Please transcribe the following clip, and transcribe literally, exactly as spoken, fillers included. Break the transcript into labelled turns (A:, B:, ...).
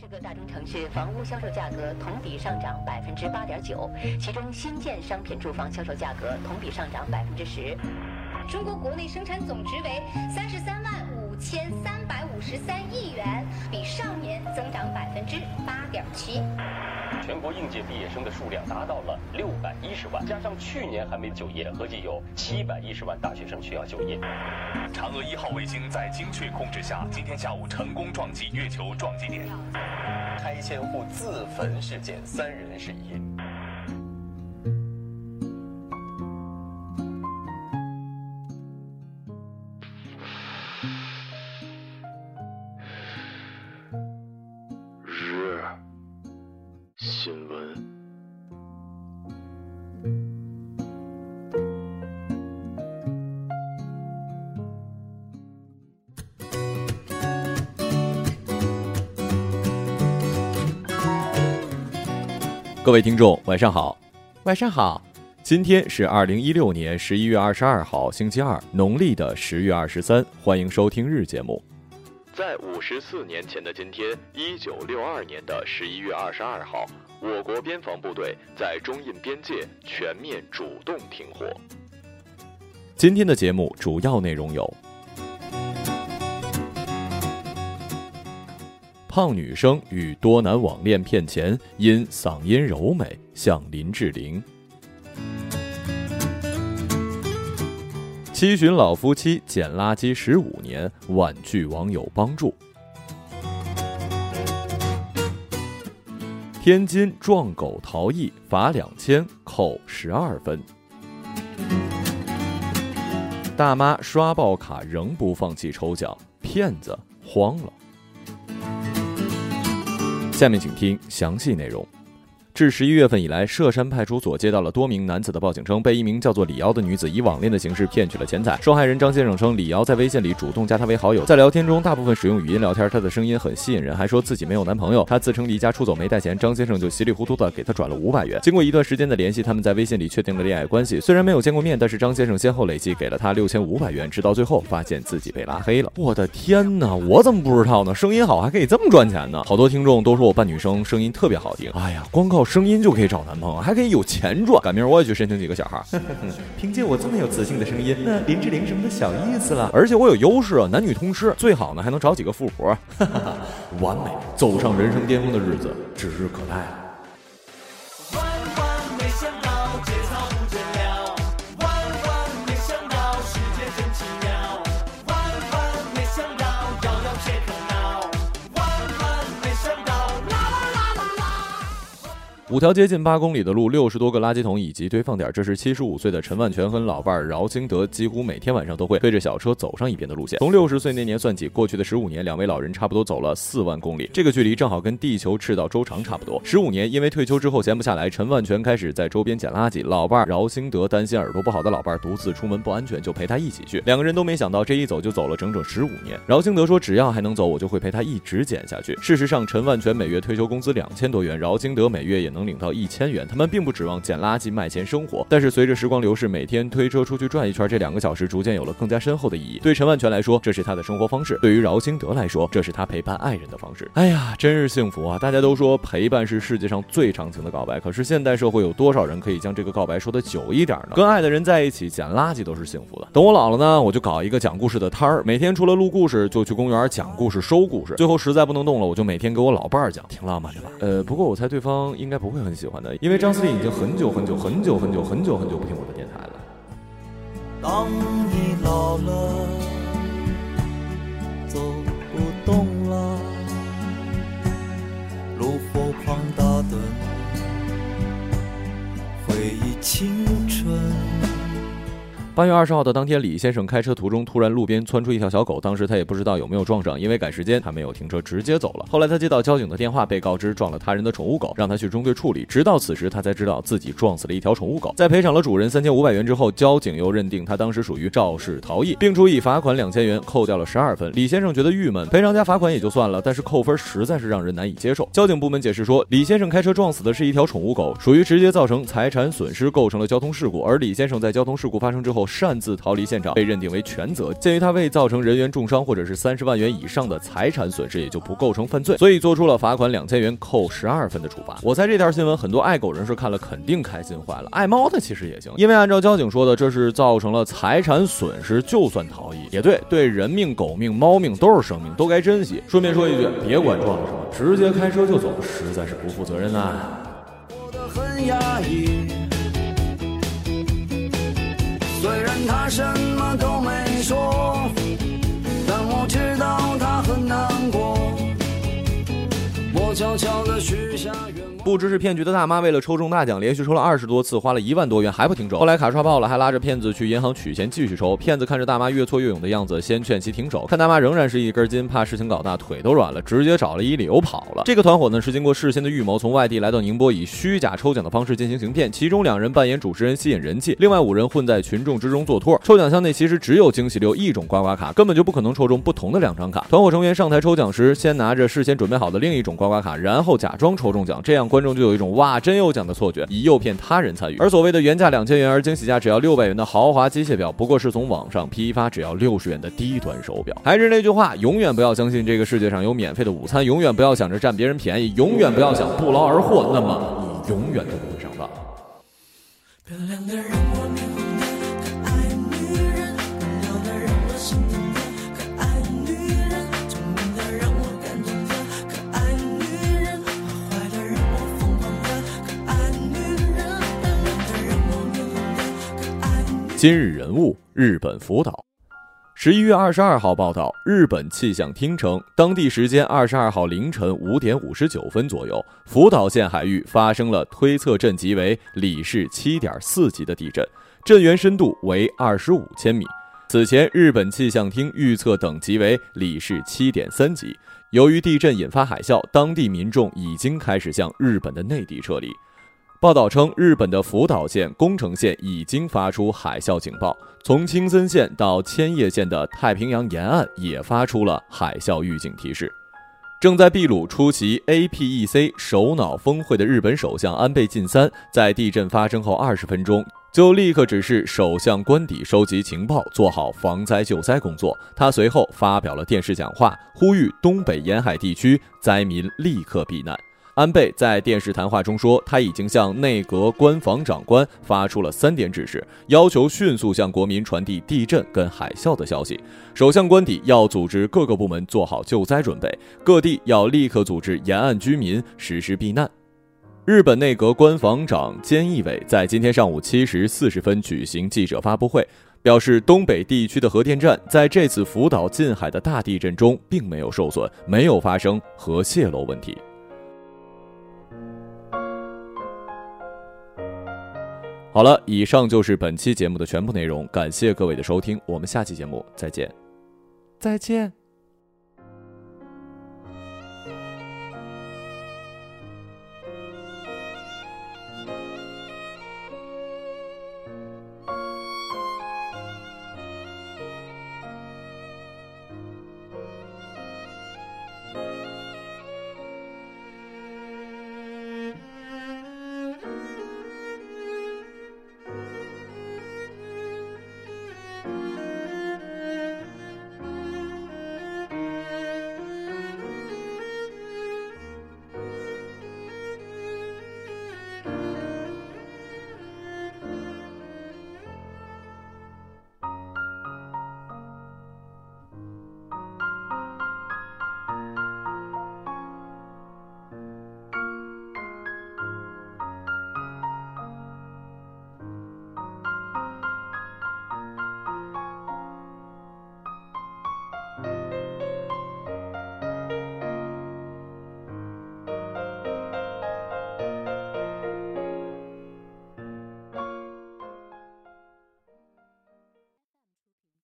A: 十个大中城市房屋销售价格同比上涨百分之八点九，其中新建商品住房销售价格同比上涨百分之十。
B: 中国国内生产总值为三十三万五千三百五十三亿元，比上年增长百分之八点七。
C: 全国应届毕业生的数量达到了六百一十万，加上去年还没就业，合计有七百一十万大学生需要就业。
D: 嫦娥一号卫星在精确控制下，今天下午成功撞击月球撞击点。
E: 开千户自焚事件，三人是疑。
F: 日新闻。
G: 各位听众晚上好。晚上好。今天是二零一六年十一月二十二号星期二，农历的十月二十三，欢迎收听日节目。
F: 在五十四年前的今天，一九六二年的十一月二十二号，我国边防部队在中印边界全面主动停火。
G: 今天的节目主要内容有：胖女生与多男网恋骗钱，因嗓音柔美向林志玲；七旬老夫妻捡垃圾十五年，婉拒网友帮助；天津撞狗逃逸，罚两千，扣十二分；大妈刷爆卡仍不放弃抽奖，骗子慌了。下面请听详细内容。至十一月份以来，涉山派出所接到了多名男子的报警称，被一名叫做李瑶的女子以网恋的形式骗取了钱财。受害人张先生称，李瑶在微信里主动加他为好友，在聊天中大部分使用语音聊天，他的声音很吸引人，还说自己没有男朋友。他自称离家出走没带钱，张先生就稀里糊涂的给他转了五百元。经过一段时间的联系，他们在微信里确定了恋爱关系。虽然没有见过面，但是张先生先后累计给了他六千五百元，直到最后发现自己被拉黑了。我的天哪，我怎么不知道呢？声音好还可以这么赚钱呢？好多听众都说我扮女生声音特别好听，哎呀，光靠声音就可以找男朋友，还可以有钱赚，赶明儿我也去申请几个小孩。凭借我这么有磁性的声音，那林志玲什么的小意思了。而且我有优势啊，男女通吃，最好呢还能找几个富婆，完美，走上人生巅峰的日子指日可待了。
H: 万万没想到节操不见了，万万没想到世界真奇妙，万万没想到遥遥且可恼，万万没想到啦啦啦啦啦。
G: 五条接近八公里的路，六十多个垃圾桶以及堆放点，这是七十五岁的陈万全和老伴饶清德几乎每天晚上都会推着小车走上一遍的路线。从六十岁那年算起，过去的十五年，两位老人差不多走了四万公里，这个距离正好跟地球赤道周长差不多。十五年，因为退休之后闲不下来，陈万全开始在周边捡垃圾，老伴饶清德担心耳朵不好的老伴独自出门不安全，就陪他一起去。两个人都没想到，这一走就走了整整十五年。饶清德说，只要还能走，我就会陪他一直捡下去。事实上，陈万全每月退休工资两千多元，饶清德每月也能领到一千元。他们并不指望捡垃圾卖钱生活，但是随着时光流逝，每天推车出去转一圈，这两个小时逐渐有了更加深厚的意义。对陈万全来说，这是他的生活方式；对于饶清德来说，这是他陪伴爱人的方式。哎呀，真是幸福啊！大家都说陪伴是世界上最长情的告白，可是现代社会有多少人可以将这个告白说得久一点呢？跟爱的人在一起捡垃圾都是幸福的。等我老了呢，我就搞一个讲故事的摊儿，每天除了录故事，就去公园讲故事、收故事。最后实在不能动了，我就每天给我老伴儿讲，挺浪漫的吧？呃，不过我猜对方应该不会很喜欢的，因为张司令已经很久很久很久很久很久很久不听我的电台了。
H: 当你老了，走不动了，炉火旁打盹，回忆青春。
G: 八月二十号的当天，李先生开车途中突然路边窜出一条小狗，当时他也不知道有没有撞上，因为赶时间他没有停车直接走了。后来他接到交警的电话，被告知撞了他人的宠物狗，让他去中队处理。直到此时他才知道自己撞死了一条宠物狗。在赔偿了主人三千五百元之后，交警又认定他当时属于肇事逃逸，并处以罚款两千元，扣掉了十二分。李先生觉得郁闷，赔偿加罚款也就算了，但是扣分实在是让人难以接受。交警部门解释说，李先生开车撞死的是一条宠物狗，属于直接造成财产损失，构成了交通事故，而李先生在交通事故发生之后擅自逃离现场，被认定为全责。鉴于他未造成人员重伤或者是三十万元以上的财产损失，也就不构成犯罪，所以做出了罚款两千元、扣十二分的处罚。我猜这条新闻很多爱狗人士看了肯定开心坏了，爱猫的其实也行，因为按照交警说的，这是造成了财产损失，就算逃逸也对，对人命、狗命、猫命都是生命，都该珍惜。顺便说一句，别管撞了什么，直接开车就走，实在是不负责任啊。
H: 我的很压抑，虽然他什么都没说，但我知道他很难过。我悄悄地许下愿望。
G: 不知是骗局的大妈为了抽中大奖，连续抽了二十多次，花了一万多元还不停手。后来卡刷爆了，还拉着骗子去银行取钱继续抽。骗子看着大妈越挫越勇的样子，先劝其停手，看大妈仍然是一根筋，怕事情搞大，腿都软了，直接找了一理由跑了。这个团伙呢是经过事先的预谋，从外地来到宁波，以虚假抽奖的方式进行行骗。其中两人扮演主持人吸引人气，另外五人混在群众之中做托。抽奖箱内其实只有惊喜六一种刮刮卡，根本就不可能抽中不同的两张卡。团伙成员上台抽奖时，先拿着事先准备好的另一种刮刮卡，然后假装抽中奖，这样观众就有一种哇真有奖的错觉，以诱骗他人参与。而所谓的原价两千元而惊喜价只要六百元的豪华机械表，不过是从网上批发只要六十元的低端手表。还是那句话，永远不要相信这个世界上有免费的午餐，永远不要想着占别人便宜，永远不要想不劳而获，那么你永远都不会上当。
H: 漂亮的让我面红的可爱女人，温柔的让我心疼的可爱女人，聪明的让我感动的可爱女人，坏坏的让我疯狂的可爱女人，漂亮的让我面红的可爱女人。
G: 今日人物：日本福岛。十一月二十二号报道，日本气象厅称，当地时间二十二号凌晨五点五十九分左右，福岛县海域发生了推测震级为里氏 七点四 级的地震，震源深度为二十五千米。此前，日本气象厅预测等级为里氏 七点三 级。由于地震引发海啸，当地民众已经开始向日本的内地撤离。报道称，日本的福岛县、宫城县已经发出海啸警报，从青森县到千叶县的太平洋沿岸也发出了海啸预警提示。正在秘鲁出席 A P E C 首脑峰会的日本首相安倍晋三，在地震发生后二十分钟，就立刻指示首相官邸收集情报，做好防灾救灾工作。他随后发表了电视讲话，呼吁东北沿海地区灾民立刻避难。安倍在电视谈话中说，他已经向内阁官房长官发出了三点指示，要求迅速向国民传递地震跟海啸的消息。首相官邸要组织各个部门做好救灾准备，各地要立刻组织沿岸居民实施避难。日本内阁官房长菅义伟在今天上午七时四十分举行记者发布会，表示东北地区的核电站在这次福岛近海的大地震中并没有受损，没有发生核泄漏问题。好了，以上就是本期节目的全部内容，感谢各位的收听，我们下期节目再见。再见。